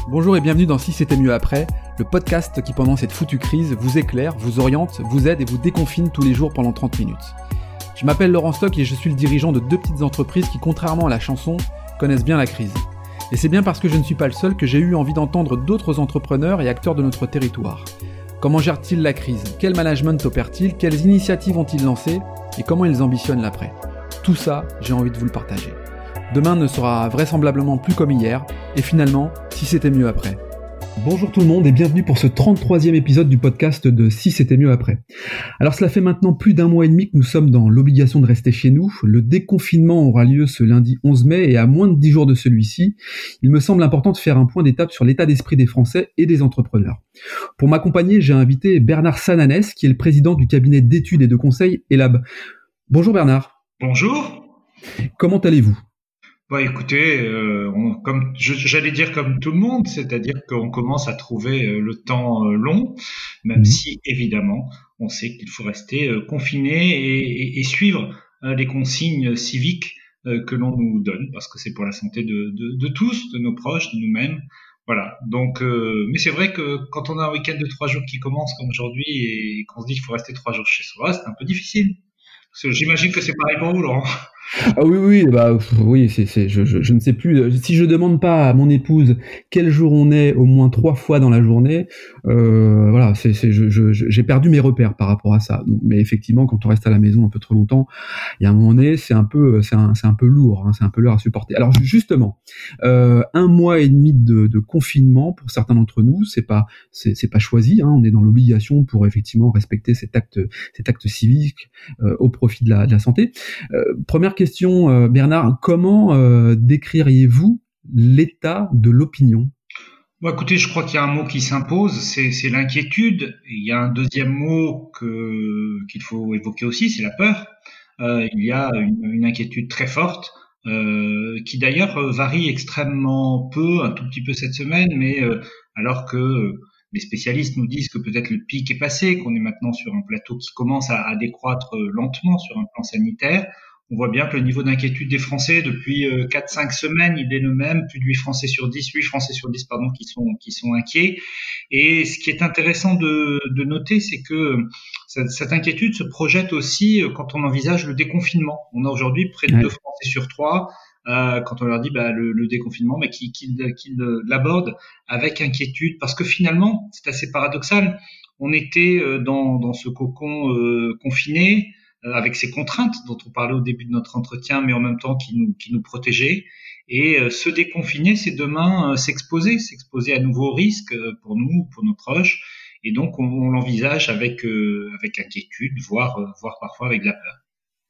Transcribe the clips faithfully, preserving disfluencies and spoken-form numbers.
Bonjour et bienvenue dans Si c'était mieux après, le podcast qui pendant cette foutue crise vous éclaire, vous oriente, vous aide et vous déconfine tous les jours pendant trente minutes. Je m'appelle Laurent Stock et je suis le dirigeant de deux petites entreprises qui, contrairement à la chanson, connaissent bien la crise. Et c'est bien parce que je ne suis pas le seul que j'ai eu envie d'entendre d'autres entrepreneurs et acteurs de notre territoire. Comment gèrent-ils la crise ? Quel management opèrent-ils ? Quelles initiatives ont-ils lancées ? Et comment ils ambitionnent l'après ? Tout ça, j'ai envie de vous le partager. Demain ne sera vraisemblablement plus comme hier, et finalement, si c'était mieux après. Bonjour tout le monde et bienvenue pour ce trente-troisième épisode du podcast de Si c'était mieux après. Alors cela fait maintenant plus d'un mois et demi que nous sommes dans l'obligation de rester chez nous. Le déconfinement aura lieu ce lundi onze mai et à moins de dix jours de celui-ci, il me semble important de faire un point d'étape sur l'état d'esprit des Français et des entrepreneurs. Pour m'accompagner, j'ai invité Bernard Sananès, qui est le président du cabinet d'études et de conseil Elab. Bonjour Bernard. Bonjour. Comment allez-vous ? Bah écoutez, euh, on, comme je, j'allais dire comme tout le monde, c'est-à-dire qu'on commence à trouver euh, le temps euh, long, même mmh. si évidemment on sait qu'il faut rester euh, confiné et, et, et suivre euh, les consignes civiques euh, que l'on nous donne, parce que c'est pour la santé de, de, de tous, de nos proches, de nous-mêmes. Voilà. Donc, euh, mais c'est vrai que quand on a un week-end de trois jours qui commence comme aujourd'hui et qu'on se dit qu'il faut rester trois jours chez soi, c'est un peu difficile. Parce que j'imagine que c'est pareil pour vous, Laurent. Ah oui, oui, bah oui, c'est, c'est, je, je, je ne sais plus. Si je demande pas à mon épouse quel jour on est au moins trois fois dans la journée, euh, voilà, c'est, c'est, je, je, j'ai perdu mes repères par rapport à ça. Mais effectivement, quand on reste à la maison un peu trop longtemps, il y a un moment donné, c'est un peu, c'est un, c'est un peu lourd, hein, c'est un peu lourd à supporter. Alors justement, euh, un mois et demi de, de confinement pour certains d'entre nous, c'est pas, c'est, c'est pas choisi. Hein, on est dans l'obligation pour effectivement respecter cet acte, cet acte civique euh, au profit de la, de la santé. Euh, première question, euh, Bernard, comment euh, décririez-vous l'état de l'opinion ? Bon, écoutez, je crois qu'il y a un mot qui s'impose, c'est, c'est l'inquiétude. Et il y a un deuxième mot que, qu'il faut évoquer aussi, c'est la peur. Euh, il y a une, une inquiétude très forte, euh, qui d'ailleurs varie extrêmement peu, un tout petit peu cette semaine, mais euh, alors que les spécialistes nous disent que peut-être le pic est passé, qu'on est maintenant sur un plateau qui commence à, à décroître lentement sur un plan sanitaire. On voit bien que le niveau d'inquiétude des Français depuis quatre cinq semaines, il est le même, plus de huit Français sur dix, huit Français sur dix pardon, qui sont qui sont inquiets. Et ce qui est intéressant de, de noter, c'est que cette, cette inquiétude se projette aussi quand on envisage le déconfinement. On a aujourd'hui près de ouais. deux Français sur trois, euh, quand on leur dit bah, le, le déconfinement, mais qui, qui, qui l'abordent avec inquiétude, parce que finalement, c'est assez paradoxal. On était dans, dans ce cocon euh, confiné, avec ces contraintes dont on parlait au début de notre entretien, mais en même temps qui nous, qui nous protégeaient. Et euh, se déconfiner, c'est demain euh, s'exposer, s'exposer à nouveaux risques euh, pour nous, pour nos proches. Et donc, on, on l'envisage avec, euh, avec inquiétude, voire, euh, voire parfois avec la peur.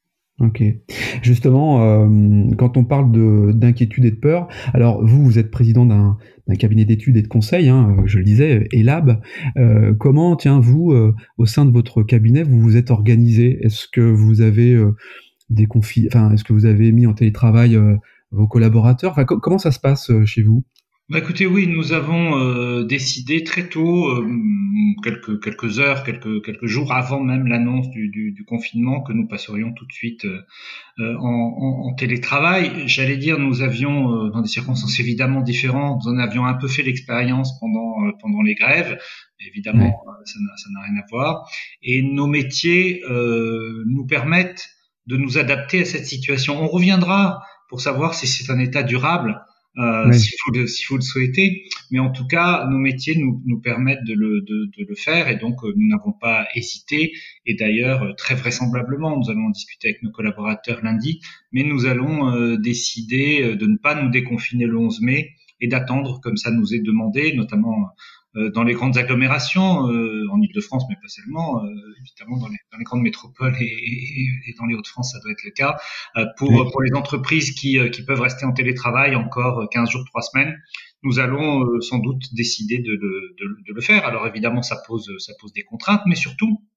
Ok. Justement, euh, quand on parle de, d'inquiétude et de peur, alors vous, vous êtes président d'un, d'un cabinet d'études et de conseil, hein, je le disais, Elab. Euh, comment, tiens, vous, euh, au sein de votre cabinet, vous vous êtes organisé ? Est-ce que vous avez euh, des confis, enfin, est-ce que vous avez mis en télétravail euh, vos collaborateurs ? Enfin, co- comment ça se passe euh, chez vous ? Bah écoutez, oui, nous avons euh, décidé très tôt, euh, quelques quelques heures, quelques quelques jours avant même l'annonce du, du, du confinement, que nous passerions tout de suite euh, en, en, en télétravail. J'allais dire, nous avions, euh, dans des circonstances évidemment différentes, nous en avions un peu fait l'expérience pendant euh, pendant les grèves. Évidemment, ouais. ça n'a ça n'a rien à voir. Et nos métiers euh, nous permettent de nous adapter à cette situation. On reviendra pour savoir si c'est un état durable. Euh, oui. si, vous le, si vous le souhaitez, mais en tout cas, nos métiers nous, nous permettent de le, de, de le faire et donc euh, nous n'avons pas hésité. Et d'ailleurs, euh, très vraisemblablement, nous allons en discuter avec nos collaborateurs lundi, mais nous allons euh, décider de ne pas nous déconfiner le onze mai et d'attendre, comme ça nous est demandé, notamment euh, dans les grandes agglomérations, euh, en Île-de-France, mais pas seulement, euh, évidemment dans les, dans les grandes métropoles et, et, et dans les Hauts-de-France, ça doit être le cas, euh, pour, oui. pour les entreprises qui, qui peuvent rester en télétravail encore quinze jours, trois semaines, nous allons euh, sans doute décider de, de, de, de le faire. Alors évidemment, ça pose, ça pose des contraintes, mais surtout,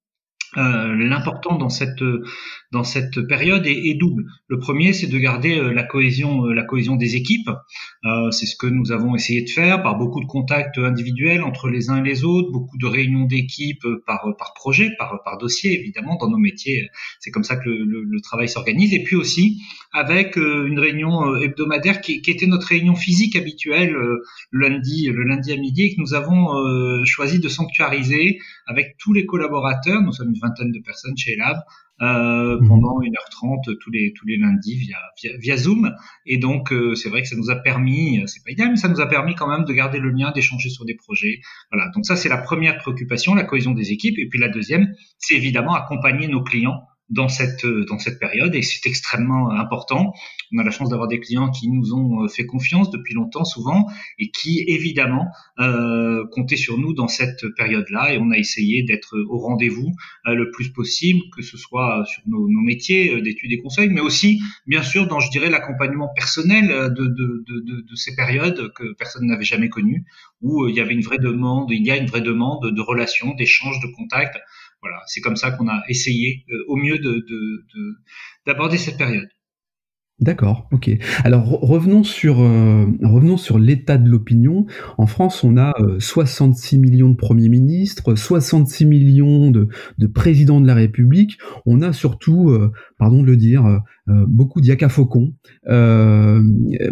Euh, l'important dans cette dans cette période est, est double. Le premier, c'est de garder euh, la cohésion euh, la cohésion des équipes. Euh, c'est ce que nous avons essayé de faire par beaucoup de contacts individuels entre les uns et les autres, beaucoup de réunions d'équipe par par projet, par par dossier évidemment dans nos métiers. C'est comme ça que le, le, le travail s'organise. Et puis aussi avec euh, une réunion hebdomadaire qui, qui était notre réunion physique habituelle euh, le lundi le lundi à midi et que nous avons euh, choisi de sanctuariser avec tous les collaborateurs. Nous sommes une vingtaine de personnes chez Elab, euh, mmh. pendant une heure trente tous les tous les lundis via via, via Zoom. Et donc euh, c'est vrai que ça nous a permis, c'est pas idéal, mais ça nous a permis quand même de garder le lien, d'échanger sur des projets. Voilà. Donc ça c'est la première préoccupation, la cohésion des équipes. Et puis la deuxième, c'est évidemment accompagner nos clients dans cette dans cette période, et c'est extrêmement important. On a la chance d'avoir des clients qui nous ont fait confiance depuis longtemps souvent et qui évidemment euh, comptaient sur nous dans cette période-là, et on a essayé d'être au rendez-vous euh, le plus possible, que ce soit sur nos, nos métiers euh, d'études et conseils, mais aussi bien sûr dans, je dirais, l'accompagnement personnel de, de, de, de, de ces périodes que personne n'avait jamais connues, où euh, il y avait une vraie demande, il y a une vraie demande de relations, d'échanges, de contacts. Voilà, c'est comme ça qu'on a essayé euh, au mieux de, de, de, d'aborder cette période. D'accord, ok. Alors revenons sur euh, revenons sur l'état de l'opinion. En France, on a euh, soixante-six millions de premiers ministres, soixante-six millions de, de présidents de la République. On a surtout, euh, pardon de le dire, euh, beaucoup d'yaka-faucons. Euh,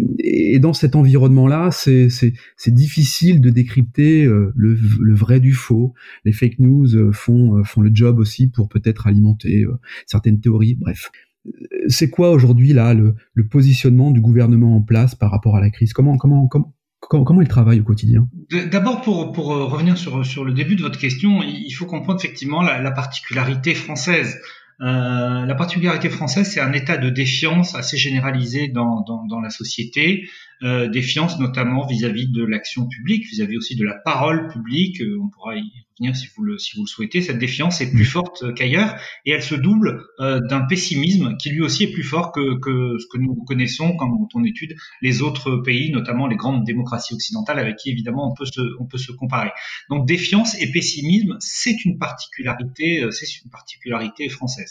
et dans cet environnement-là, c'est, c'est, c'est difficile de décrypter euh, le, le vrai du faux. Les fake news font font le job aussi pour peut-être alimenter euh, certaines théories. Bref. C'est quoi aujourd'hui là le, le positionnement du gouvernement en place par rapport à la crise ? Comment comment comment comment, comment il travaille au quotidien ? D'abord, pour pour revenir sur sur le début de votre question, il faut comprendre effectivement la, la particularité française. Euh, la particularité française, c'est un état de défiance assez généralisé dans dans, dans la société, euh, défiance notamment vis-à-vis de l'action publique, vis-à-vis aussi de la parole publique. Euh, on pourra y revenir si vous le si vous le souhaitez. Cette défiance est plus forte qu'ailleurs, et elle se double euh, d'un pessimisme qui lui aussi est plus fort que que ce que nous connaissons quand on étude les autres pays, notamment les grandes démocraties occidentales avec qui évidemment on peut se on peut se comparer. Donc défiance et pessimisme, c'est une particularité, c'est une particularité française.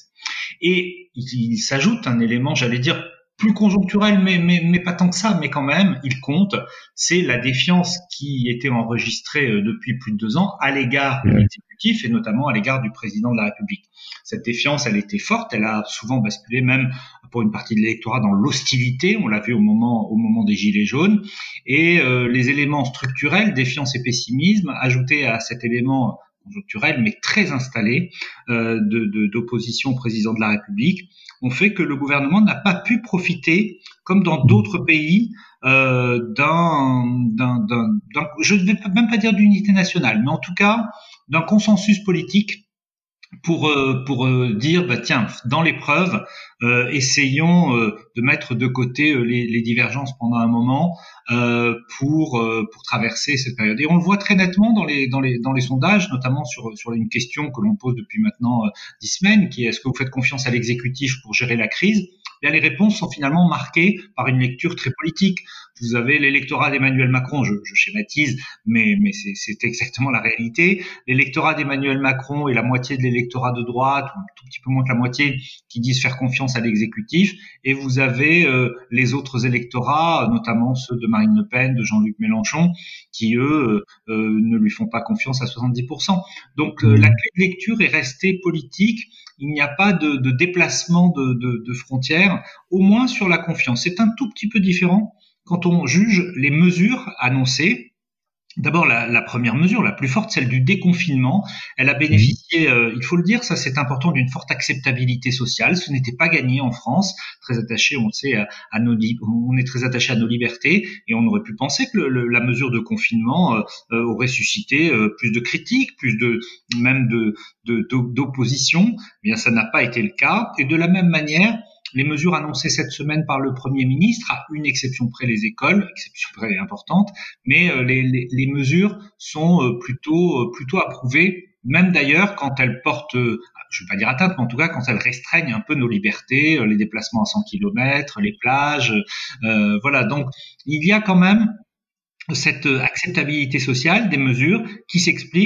Et il, il s'ajoute un élément, j'allais dire, plus conjoncturel, mais, mais, mais pas tant que ça, mais quand même, il compte, c'est la défiance qui était enregistrée depuis plus de deux ans à l'égard de l'exécutif et notamment à l'égard du président de la République. Cette défiance, elle était forte, elle a souvent basculé même pour une partie de l'électorat dans l'hostilité, on l'a vu au moment, au moment des Gilets jaunes, et euh, les éléments structurels, défiance et pessimisme, ajoutés à cet élément conjoncturel, mais très installé, euh, de, de, d'opposition au président de la République, ont fait que le gouvernement n'a pas pu profiter, comme dans d'autres pays, euh, d'un, d'un, d'un, d'un, je ne vais même pas dire d'unité nationale, mais en tout cas d'un consensus politique pour euh, pour euh, dire bah tiens, dans l'épreuve, euh, essayons euh, de mettre de côté euh, les, les divergences pendant un moment euh, pour euh, pour traverser cette période. Et on le voit très nettement dans les dans les dans les sondages, notamment sur sur une question que l'on pose depuis maintenant euh, dix semaines, qui est: est-ce que vous faites confiance à l'exécutif pour gérer la crise ? Bien, les réponses sont finalement marquées par une lecture très politique. Vous avez l'électorat d'Emmanuel Macron, je, je schématise, mais, mais c'est, c'est exactement la réalité. L'électorat d'Emmanuel Macron et la moitié de l'électorat de droite, ou un tout petit peu moins que la moitié, qui disent faire confiance à l'exécutif. Et vous avez euh, les autres électorats, notamment ceux de Marine Le Pen, de Jean-Luc Mélenchon, qui eux euh, ne lui font pas confiance à soixante-dix pour cent. Donc euh, la clé de lecture est restée politique. Il n'y a pas de, de déplacement de, de, de frontières, au moins sur la confiance. C'est un tout petit peu différent quand on juge les mesures annoncées. D'abord, la, la première mesure, la plus forte, celle du déconfinement, elle a bénéficié, euh, il faut le dire, ça c'est important, d'une forte acceptabilité sociale. Ce n'était pas gagné en France, très attaché, on le sait, à, à nos, on est très attaché à nos libertés, et on aurait pu penser que le, le, la mesure de confinement euh, euh, aurait suscité euh, plus de critiques, plus de même de, de, de d'opposition. Eh bien, ça n'a pas été le cas. Et de la même manière, les mesures annoncées cette semaine par le Premier ministre, à une exception près les écoles, exception près importante, mais euh, les, les, les mesures sont euh, plutôt euh, plutôt approuvées, même d'ailleurs quand elles portent, euh, je ne vais pas dire atteinte, mais en tout cas quand elles restreignent un peu nos libertés, euh, les déplacements à cent kilomètres, les plages, euh, voilà. Donc il y a quand même cette acceptabilité sociale des mesures qui s'explique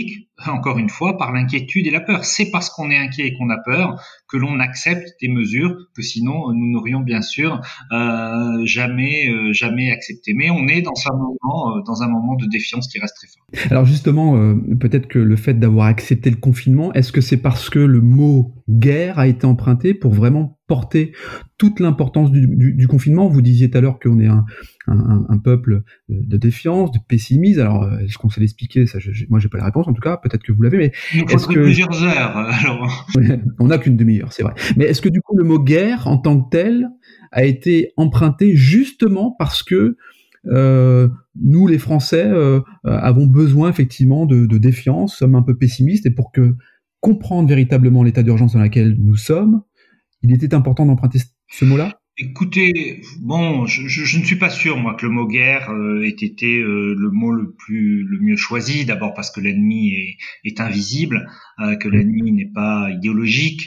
encore une fois, par l'inquiétude et la peur. C'est parce qu'on est inquiet et qu'on a peur que l'on accepte des mesures que sinon nous n'aurions bien sûr euh, jamais, euh, jamais accepté. Mais on est dans un moment, euh, dans un moment de défiance qui reste très fort. Alors justement, euh, peut-être que le fait d'avoir accepté le confinement, est-ce que c'est parce que le mot guerre a été emprunté pour vraiment porter toute l'importance du, du, du confinement? Vous disiez tout à l'heure qu'on est un, un, un peuple de défiance, de pessimisme. Alors, est-ce qu'on sait l'expliquer? Ça, je, je, moi, j'ai pas la réponse. En tout cas, peut-être que vous l'avez. Mais il nous faudrait que... plusieurs heures. Alors... on n'a qu'une demi-heure, c'est vrai. Mais est-ce que du coup, le mot guerre, en tant que tel, a été emprunté justement parce que euh, nous, les Français, euh, avons besoin effectivement de, de défiance, sommes un peu pessimistes, et pour que comprendre véritablement l'état d'urgence dans lequel nous sommes, il était important d'emprunter ce mot-là? Écoutez, bon, je, je, je ne suis pas sûr, moi, que le mot guerre euh, ait été euh, le mot le plus, le mieux choisi. D'abord parce que l'ennemi est, est invisible, euh, que l'ennemi n'est pas idéologique.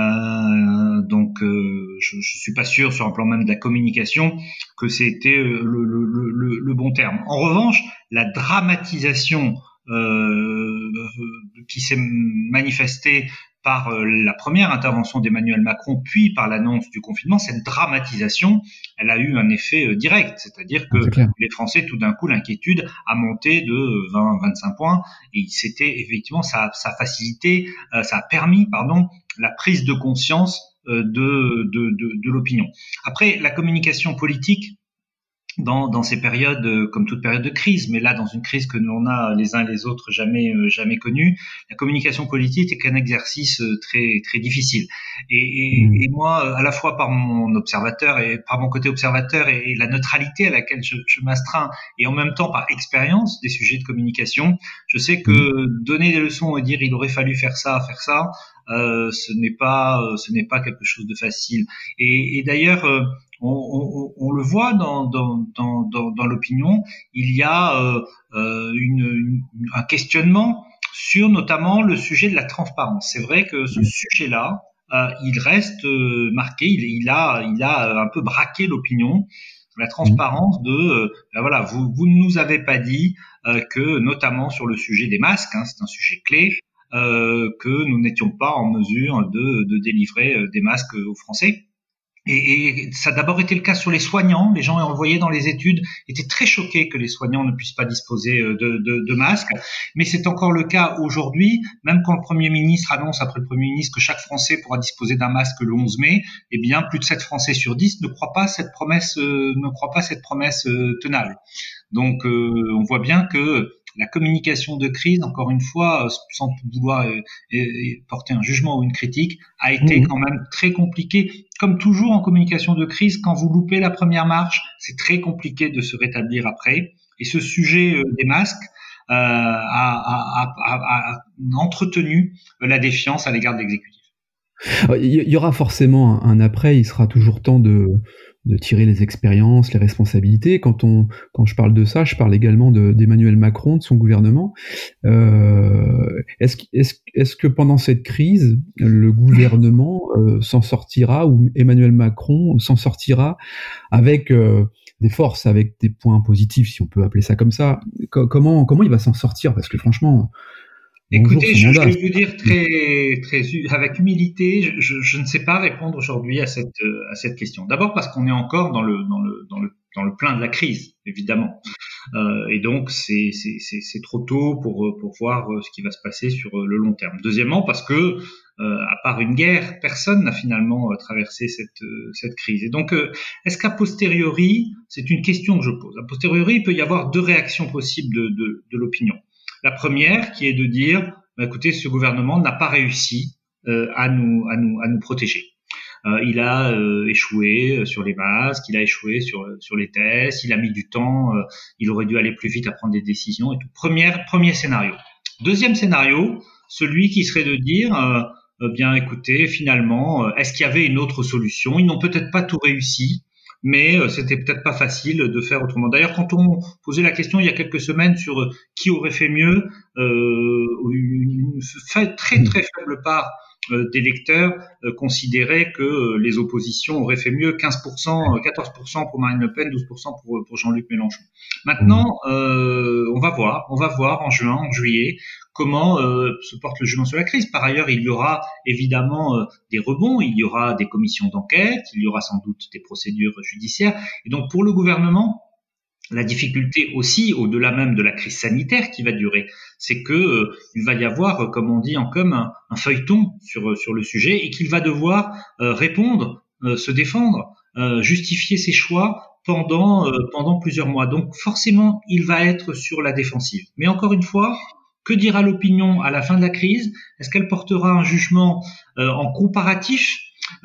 Euh, donc, euh, je, je suis pas sûr, sur un plan même de la communication, que c'était le, le, le, le bon terme. En revanche, la dramatisation euh, qui s'est manifestée par la première intervention d'Emmanuel Macron, puis par l'annonce du confinement, cette dramatisation, elle a eu un effet direct. C'est-à-dire que les Français, tout d'un coup, l'inquiétude a monté de vingt à vingt-cinq points, et c'était effectivement, ça, ça a facilité, ça a permis, pardon, la prise de conscience de, de, de, de l'opinion. Après, la communication politique, dans, dans ces périodes, euh, comme toute période de crise, mais là, dans une crise que l'on a les uns les autres jamais, euh, jamais connue, la communication politique est qu'un exercice euh, très, très difficile. Et, et, mmh. et moi, à la fois par mon observateur et par mon côté observateur et, et la neutralité à laquelle je, je m'astreins, et en même temps par expérience des sujets de communication, je sais que mmh. donner des leçons et dire il aurait fallu faire ça, faire ça, euh, ce n'est pas, ce n'est pas quelque chose de facile. Et, et d'ailleurs, euh, On, on, on le voit dans, dans, dans, dans, dans l'opinion, il y a euh, une, une, un questionnement sur notamment le sujet de la transparence. C'est vrai que ce sujet-là, euh, il reste euh, marqué, il, il, a, il a un peu braqué l'opinion. La transparence de, euh, ben voilà, vous, vous ne nous avez pas dit euh, que, notamment sur le sujet des masques, hein, c'est un sujet clé, euh, que nous n'étions pas en mesure de, de délivrer des masques aux Français. Et, et ça a d'abord été le cas sur les soignants. Les gens, on le voyait dans les études, étaient très choqués que les soignants ne puissent pas disposer de, de, de masques. Mais c'est encore le cas aujourd'hui, même quand le Premier ministre annonce, après le Premier ministre, que chaque Français pourra disposer d'un masque le onze mai, eh bien, plus de sept Français sur dix ne croient pas cette promesse, euh, ne croient pas cette promesse euh, tenable. Donc, euh, on voit bien que la communication de crise, encore une fois, sans vouloir euh, euh, porter un jugement ou une critique, a été mmh. quand même très compliquée. Comme toujours en communication de crise, quand vous loupez la première marche, c'est très compliqué de se rétablir après. Et ce sujet euh, des masques euh, a, a, a, a, a entretenu la défiance à l'égard de l'exécutif. Il y aura forcément un après, il sera toujours temps de, de tirer les expériences, les responsabilités. Quand, on, quand je parle de ça, je parle également de, d'Emmanuel Macron, de son gouvernement. Euh, est-ce, est-ce, est-ce que pendant cette crise, le gouvernement euh, s'en sortira, ou Emmanuel Macron s'en sortira avec euh, des forces, avec des points positifs, si on peut appeler ça comme ça? Co- comment, comment il va s'en sortir? Parce que franchement... Écoutez, je, je vais vous dire très, très, avec humilité, je, je, je ne sais pas répondre aujourd'hui à cette, à cette question. D'abord parce qu'on est encore dans le, dans le, dans le, dans le plein de la crise, évidemment. Euh, et donc, c'est, c'est, c'est, c'est trop tôt pour, pour voir ce qui va se passer sur le long terme. Deuxièmement, parce que, euh, à part une guerre, personne n'a finalement traversé cette, cette crise. Et donc, euh, est-ce qu'a posteriori, c'est une question que je pose. A posteriori, il peut y avoir deux réactions possibles de, de, de l'opinion. La première, qui est de dire, bah, écoutez, ce gouvernement n'a pas réussi euh, à nous, à nous, à nous protéger. Euh, il a euh, échoué sur les masques, il a échoué sur sur les tests, il a mis du temps, euh, il aurait dû aller plus vite à prendre des décisions et tout. Première, premier scénario. Deuxième scénario, celui qui serait de dire, euh, euh, bien, écoutez, finalement, euh, est-ce qu'il y avait une autre solution? Ils n'ont peut-être pas tout réussi. Mais euh, c'était peut-être pas facile de faire autrement. D'ailleurs, quand on posait la question il y a quelques semaines sur euh, qui aurait fait mieux, euh, une, une très très faible part euh, d'électeurs euh, considéraient que euh, les oppositions auraient fait mieux, quinze pour cent, quatorze pour cent pour Marine Le Pen, douze pour cent pour, pour Jean-Luc Mélenchon. Maintenant, euh, on va voir, on va voir en juin, en juillet, comment euh, se porte le jugement sur la crise. Par ailleurs, il y aura évidemment euh, des rebonds, il y aura des commissions d'enquête, il y aura sans doute des procédures judiciaires. Et donc, pour le gouvernement, la difficulté aussi, au-delà même de la crise sanitaire qui va durer, c'est que euh, il va y avoir, euh, comme on dit en com, un, un feuilleton sur sur le sujet et qu'il va devoir euh, répondre, euh, se défendre, euh, justifier ses choix pendant euh, pendant plusieurs mois. Donc forcément, il va être sur la défensive. Mais encore une fois, que dira l'opinion à la fin de la crise? Est-ce qu'elle portera un jugement euh, en comparatif?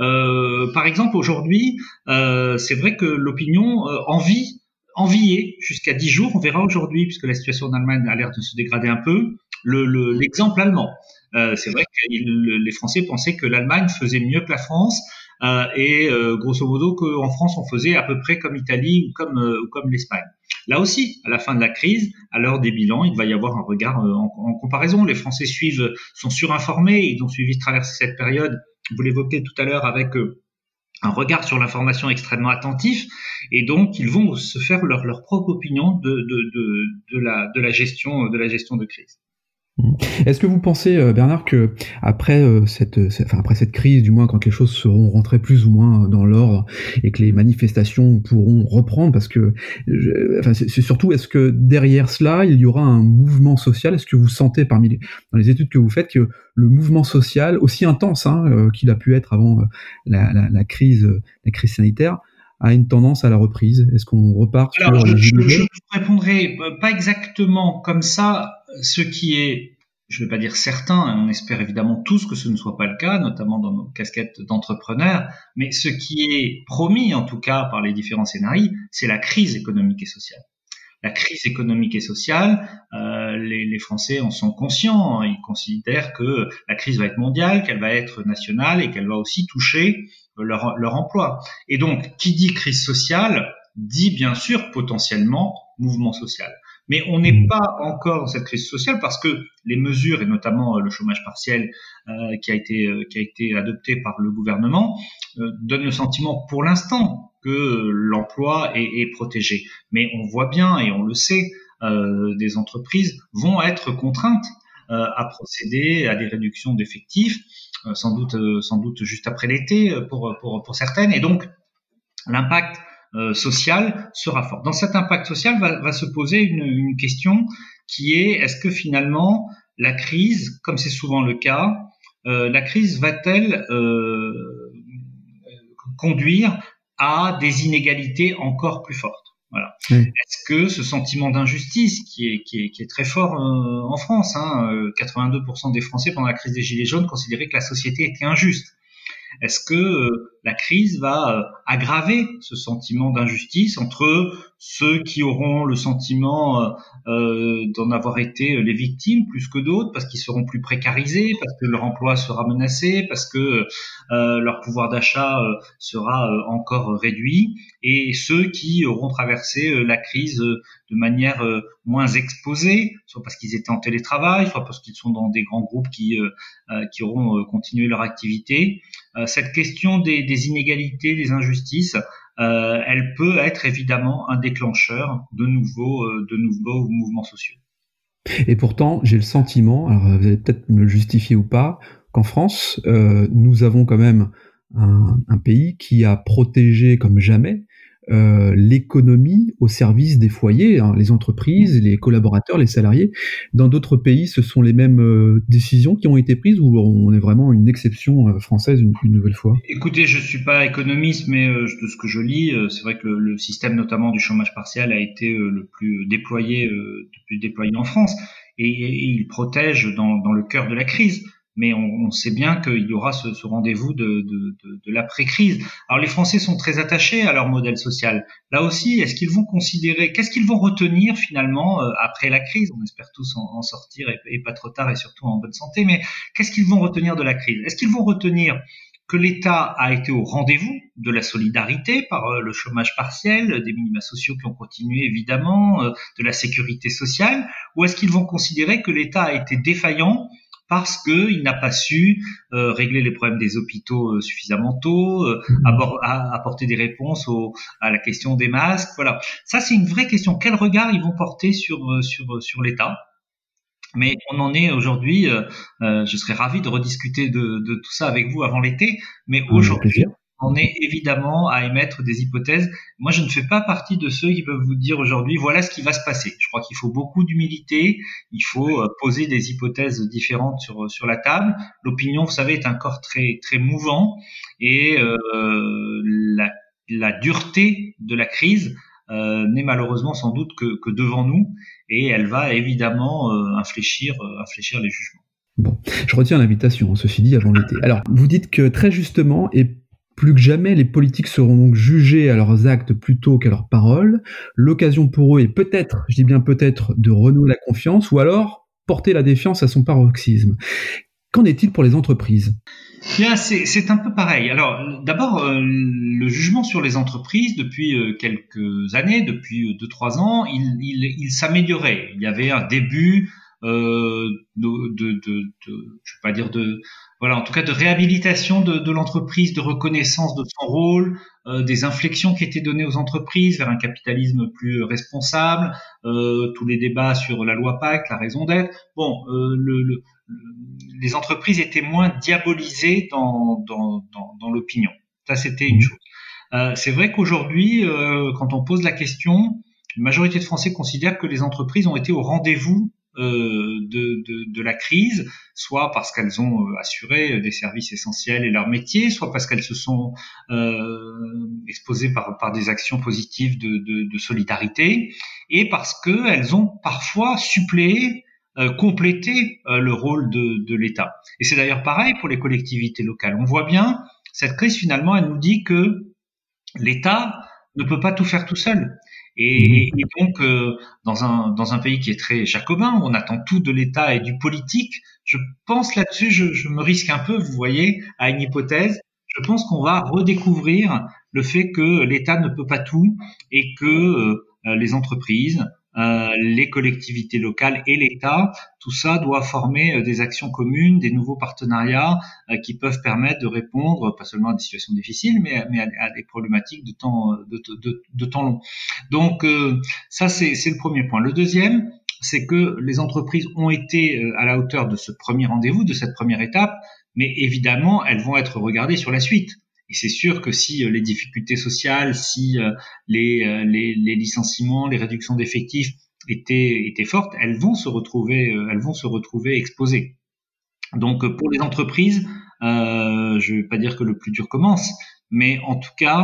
euh, Par exemple, aujourd'hui, euh, c'est vrai que l'opinion euh, envie, enviait jusqu'à dix jours, on verra aujourd'hui, puisque la situation en Allemagne a l'air de se dégrader un peu, le, le, l'exemple allemand. Euh, c'est vrai que il, les Français pensaient que l'Allemagne faisait mieux que la France, euh, et euh, grosso modo qu'en France on faisait à peu près comme l'Italie ou comme, euh, ou comme l'Espagne. Là aussi, à la fin de la crise, à l'heure des bilans, il va y avoir un regard euh, en, en comparaison. Les Français suivent, sont surinformés, ils ont suivi traverser cette période, vous l'évoquez tout à l'heure, avec euh, un regard sur l'information extrêmement attentif, et donc ils vont se faire leur, leur propre opinion de, de, de, de, la, de, la gestion, de la gestion de crise. Est-ce que vous pensez, Bernard, que après cette, enfin après cette crise, du moins quand les choses seront rentrées plus ou moins dans l'ordre et que les manifestations pourront reprendre, parce que, je, enfin c'est, c'est surtout, est-ce que derrière cela il y aura un mouvement social? Est-ce que vous sentez parmi les, dans les études que vous faites, que le mouvement social, aussi intense hein, euh, qu'il a pu être avant euh, la, la, la crise, la crise sanitaire, a une tendance à la reprise? Est-ce qu'on repart Alors, sur je, les je, je répondrai pas exactement comme ça. Ce qui est, je ne vais pas dire certain, on espère évidemment tous que ce ne soit pas le cas, notamment dans nos casquettes d'entrepreneurs, mais ce qui est promis, en tout cas par les différents scénarios, c'est la crise économique et sociale. La crise économique et sociale, euh, les, les Français en sont conscients, ils considèrent que la crise va être mondiale, qu'elle va être nationale et qu'elle va aussi toucher leur, leur emploi. Et donc, qui dit crise sociale, dit bien sûr potentiellement mouvement social. Mais on n'est pas encore dans cette crise sociale parce que les mesures, et notamment le chômage partiel euh, qui a été euh, qui a été adopté par le gouvernement, euh, donnent le sentiment pour l'instant que l'emploi est, est protégé. Mais on voit bien, et on le sait, euh, des entreprises vont être contraintes euh, à procéder à des réductions d'effectifs, euh, sans doute euh, sans doute juste après l'été pour pour pour certaines. Et donc l'impact Euh, social sera fort. Dans cet impact social va, va se poser une, une question qui est, est-ce que finalement la crise, comme c'est souvent le cas, euh, la crise va-t-elle euh, conduire à des inégalités encore plus fortes? Voilà. Oui. Est-ce que ce sentiment d'injustice qui est, qui est, qui est très fort euh, en France, hein, quatre-vingt-deux pour cent des Français pendant la crise des Gilets jaunes considéraient que la société était injuste. Est-ce que euh, la crise va euh, aggraver ce sentiment d'injustice entre ceux qui auront le sentiment euh, euh, d'en avoir été les victimes plus que d'autres, parce qu'ils seront plus précarisés, parce que leur emploi sera menacé, parce que euh, leur pouvoir d'achat euh, sera euh, encore réduit, et ceux qui auront traversé euh, la crise euh, de manière euh, moins exposée, soit parce qu'ils étaient en télétravail, soit parce qu'ils sont dans des grands groupes qui, euh, euh, qui auront euh, continué leur activité. Euh, cette question des, des inégalités, des injustices, euh, elle peut être évidemment un déclencheur de nouveaux, euh, de nouveaux mouvements sociaux. Et pourtant, j'ai le sentiment, alors vous allez peut-être me le justifier ou pas, qu'en France, euh, nous avons quand même un, un pays qui a protégé comme jamais Euh, l'économie au service des foyers, hein, les entreprises, les collaborateurs, les salariés. Dans d'autres pays, ce sont les mêmes euh, décisions qui ont été prises, ou on est vraiment une exception euh, française une, une nouvelle fois? Écoutez, je suis pas économiste, mais euh, de ce que je lis, euh, c'est vrai que le, le système notamment du chômage partiel a été euh, le plus déployé, euh, le plus déployé en France, et, et, et il protège dans, dans le cœur de la crise. Mais on, on sait bien qu'il y aura ce, ce rendez-vous de, de, de, de l'après-crise. Alors les Français sont très attachés à leur modèle social. Là aussi, est-ce qu'ils vont considérer, qu'est-ce qu'ils vont retenir finalement euh, après la crise? On espère tous en, en sortir et, et pas trop tard et surtout en bonne santé. Mais qu'est-ce qu'ils vont retenir de la crise? Est-ce qu'ils vont retenir que l'État a été au rendez-vous de la solidarité par euh, le chômage partiel, des minima sociaux qui ont continué évidemment, euh, de la sécurité sociale, ou est-ce qu'ils vont considérer que l'État a été défaillant parce que il n'a pas su euh, régler les problèmes des hôpitaux euh, suffisamment tôt, euh, abor- à, apporter des réponses au, à la question des masques. Voilà, ça c'est une vraie question. Quel regard ils vont porter sur euh, sur sur l'État? Mais on en est aujourd'hui. Euh, euh, je serais ravi de rediscuter de, de tout ça avec vous avant l'été. Mais Avec aujourd'hui, plaisir. on est évidemment à émettre des hypothèses. Moi, je ne fais pas partie de ceux qui peuvent vous dire aujourd'hui, voilà ce qui va se passer. Je crois qu'il faut beaucoup d'humilité. Il faut euh, poser des hypothèses différentes sur sur la table. L'opinion, vous savez, est un corps très très mouvant, et euh, la la dureté de la crise euh, n'est malheureusement sans doute que, que devant nous, et elle va évidemment euh, infléchir, euh, infléchir les jugements. Bon, je retiens l'invitation, ceci dit, avant l'été. Alors, vous dites que très justement, et plus que jamais, les politiques seront donc jugés à leurs actes plutôt qu'à leurs paroles. L'occasion pour eux est peut-être, je dis bien peut-être, de renouer la confiance, ou alors porter la défiance à son paroxysme. Qu'en est-il pour les entreprises ? Bien, c'est, c'est un peu pareil. Alors, d'abord, euh, le jugement sur les entreprises, depuis euh, quelques années, depuis deux, trois ans, il, il, il s'améliorait. Il y avait un début euh, de, de, de, de, je vais pas dire de, voilà, en tout cas de réhabilitation de, de l'entreprise, de reconnaissance de son rôle, euh, des inflexions qui étaient données aux entreprises vers un capitalisme plus responsable, euh, tous les débats sur la loi Pacte, la raison d'être. Bon, euh, le, le les entreprises étaient moins diabolisées dans, dans, dans, dans l'opinion. Ça, c'était une chose. Euh, c'est vrai qu'aujourd'hui, euh, quand on pose la question, la majorité de Français considèrent que les entreprises ont été au rendez-vous euh, de, de, de la crise, soit parce qu'elles ont euh, assuré des services essentiels et leur métier, soit parce qu'elles se sont euh, exposées par, par des actions positives de, de, de solidarité, et parce qu'elles ont parfois suppléé Euh, compléter euh, le rôle de, de l'État. Et c'est d'ailleurs pareil pour les collectivités locales. On voit bien, cette crise finalement, elle nous dit que l'État ne peut pas tout faire tout seul. Et, et donc, euh, dans un dans un pays qui est très jacobin, où on attend tout de l'État et du politique, je pense là-dessus, je, je me risque un peu, vous voyez, à une hypothèse. Je pense qu'on va redécouvrir le fait que l'État ne peut pas tout, et que euh, les entreprises, Euh, les collectivités locales et l'État, tout ça doit former euh, des actions communes, des nouveaux partenariats euh, qui peuvent permettre de répondre pas seulement à des situations difficiles, mais, mais à, à des problématiques de temps, de, de, de temps long. Donc euh, ça, c'est, c'est le premier point. Le deuxième, c'est que les entreprises ont été euh, à la hauteur de ce premier rendez-vous, de cette première étape, mais évidemment, elles vont être regardées sur la suite. Et c'est sûr que si euh, les difficultés sociales, si euh, les, euh, les, les licenciements, les réductions d'effectifs étaient, étaient fortes, elles vont se retrouver, euh, elles vont se retrouver exposées. Donc euh, pour les entreprises, euh, je ne vais pas dire que le plus dur commence, mais en tout cas,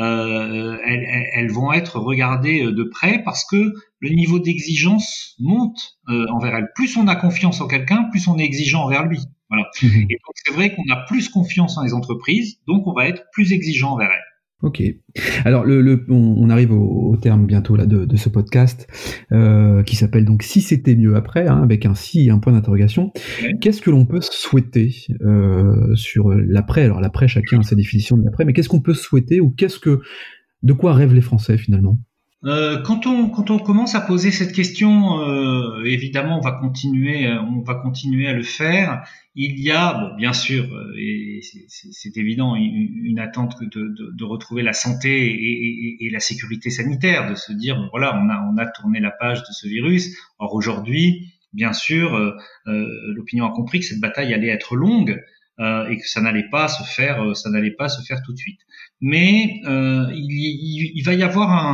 euh, elles, elles vont être regardées de près, parce que le niveau d'exigence monte euh, envers elles. Plus on a confiance en quelqu'un, plus on est exigeant envers lui. Voilà. Mmh. Et donc c'est vrai qu'on a plus confiance en les entreprises, donc on va être plus exigeant envers elles. Ok. Alors le, le on, on arrive au, au terme bientôt là de, de ce podcast euh, qui s'appelle donc Si c'était mieux après, hein, avec un si et un point d'interrogation. Okay. Qu'est-ce que l'on peut souhaiter euh, sur l'après? Alors l'après, chacun a sa définition de l'après, mais qu'est-ce qu'on peut souhaiter, ou qu'est-ce que de quoi rêvent les Français finalement? Euh, quand on quand on commence à poser cette question, euh, évidemment, on va continuer, on va continuer à le faire. Il y a, bon, bien sûr, et c'est, c'est, c'est évident, une, une attente de, de, de retrouver la santé et, et, et la sécurité sanitaire, de se dire, voilà, on a on a tourné la page de ce virus. Or aujourd'hui, bien sûr, euh, euh, l'opinion a compris que cette bataille allait être longue. Euh, et que ça n'allait pas se faire, ça n'allait pas se faire tout de suite. Mais euh, il, il, il va y avoir un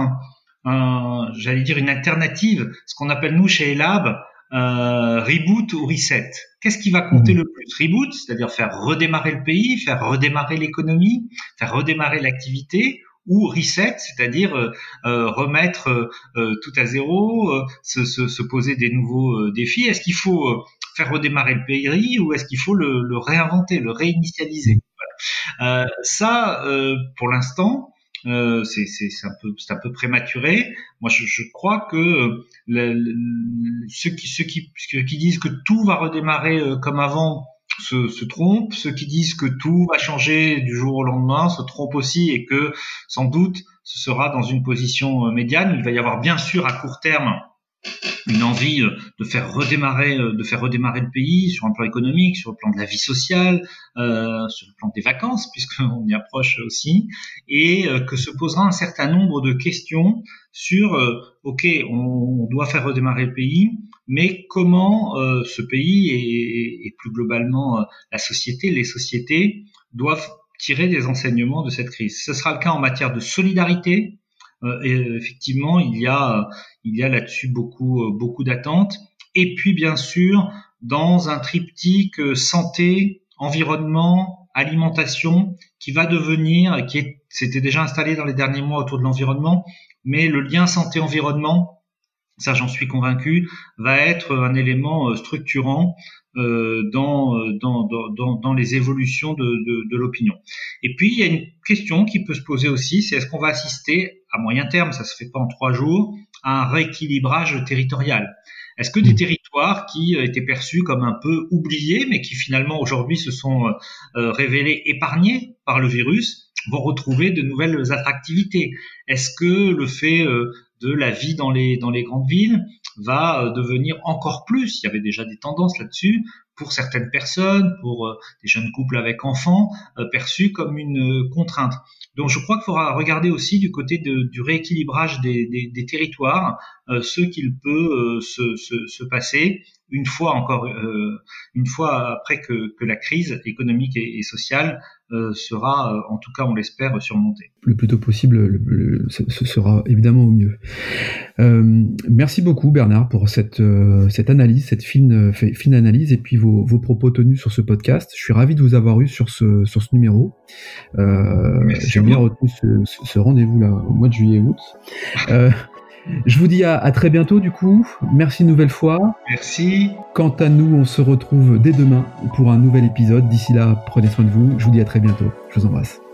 Un, j'allais dire une alternative, ce qu'on appelle nous chez Elab euh, reboot ou reset. Qu'est-ce qui va compter mmh. le plus? Reboot, c'est-à-dire faire redémarrer le pays, faire redémarrer l'économie, faire redémarrer l'activité, ou reset, c'est-à-dire euh, euh, remettre euh, tout à zéro, euh, se, se, se poser des nouveaux euh, défis. Est-ce qu'il faut euh, faire redémarrer le pays, ou est-ce qu'il faut le, le réinventer, le réinitialiser? Voilà. Euh, ça, euh, pour l'instant, Euh, c'est, c'est, c'est, un peu, c'est un peu prématuré. Moi, je, je crois que le, le, ceux, qui, ceux, qui, ceux qui disent que tout va redémarrer euh, comme avant se, se trompent. Ceux qui disent que tout va changer du jour au lendemain se trompent aussi, et que sans doute ce sera dans une position médiane. Il va y avoir bien sûr à court terme une envie de faire redémarrer, de faire redémarrer le pays sur un plan économique, sur le plan de la vie sociale, euh, sur le plan des vacances, puisqu'on y approche aussi, et euh, que se posera un certain nombre de questions sur, euh, ok, on, on doit faire redémarrer le pays, mais comment euh, ce pays et, et plus globalement euh, la société, les sociétés doivent tirer des enseignements de cette crise. Ce sera le cas en matière de solidarité. Euh, et effectivement, il y a, il y a là-dessus beaucoup, beaucoup d'attentes. Et puis, bien sûr, dans un triptyque santé, environnement, alimentation, qui va devenir, qui est, s'était déjà installé dans les derniers mois autour de l'environnement, mais le lien santé-environnement, ça j'en suis convaincu, va être un élément structurant euh, dans, dans, dans, dans les évolutions de, de, de l'opinion. Et puis il y a une question qui peut se poser aussi, c'est est-ce qu'on va assister à moyen terme, ça se fait pas en trois jours, à un rééquilibrage territorial. Est-ce que des territoires qui étaient perçus comme un peu oubliés, mais qui finalement aujourd'hui se sont euh, révélés épargnés par le virus, vont retrouver de nouvelles attractivités? Est-ce que le fait euh, de la vie dans les dans les grandes villes va euh, devenir encore plus, il y avait déjà des tendances là-dessus, pour certaines personnes, pour euh, des jeunes couples avec enfants, euh, perçus comme une euh, contrainte. Donc je crois qu'il faudra regarder aussi du côté de, du rééquilibrage des, des, des territoires, euh, ce qu'il peut euh, se, se, se passer une fois encore, euh, une fois après que, que la crise économique et, et sociale euh, sera, euh, en tout cas on l'espère, surmontée. Le plus tôt possible, le, le, ce, ce sera évidemment au mieux. Euh, merci beaucoup Bernard pour cette, euh, cette analyse, cette fine, fine analyse et puis vos, vos propos tenus sur ce podcast. Je suis ravi de vous avoir eu sur ce, sur ce numéro. Euh, j'ai bien retenu ce, ce, ce rendez-vous là au mois de juillet-août. Euh, Je vous dis à, à très bientôt du coup. Merci une nouvelle fois. Merci. Quant à nous, on se retrouve dès demain pour un nouvel épisode. D'ici là, prenez soin de vous. Je vous dis à très bientôt. Je vous embrasse.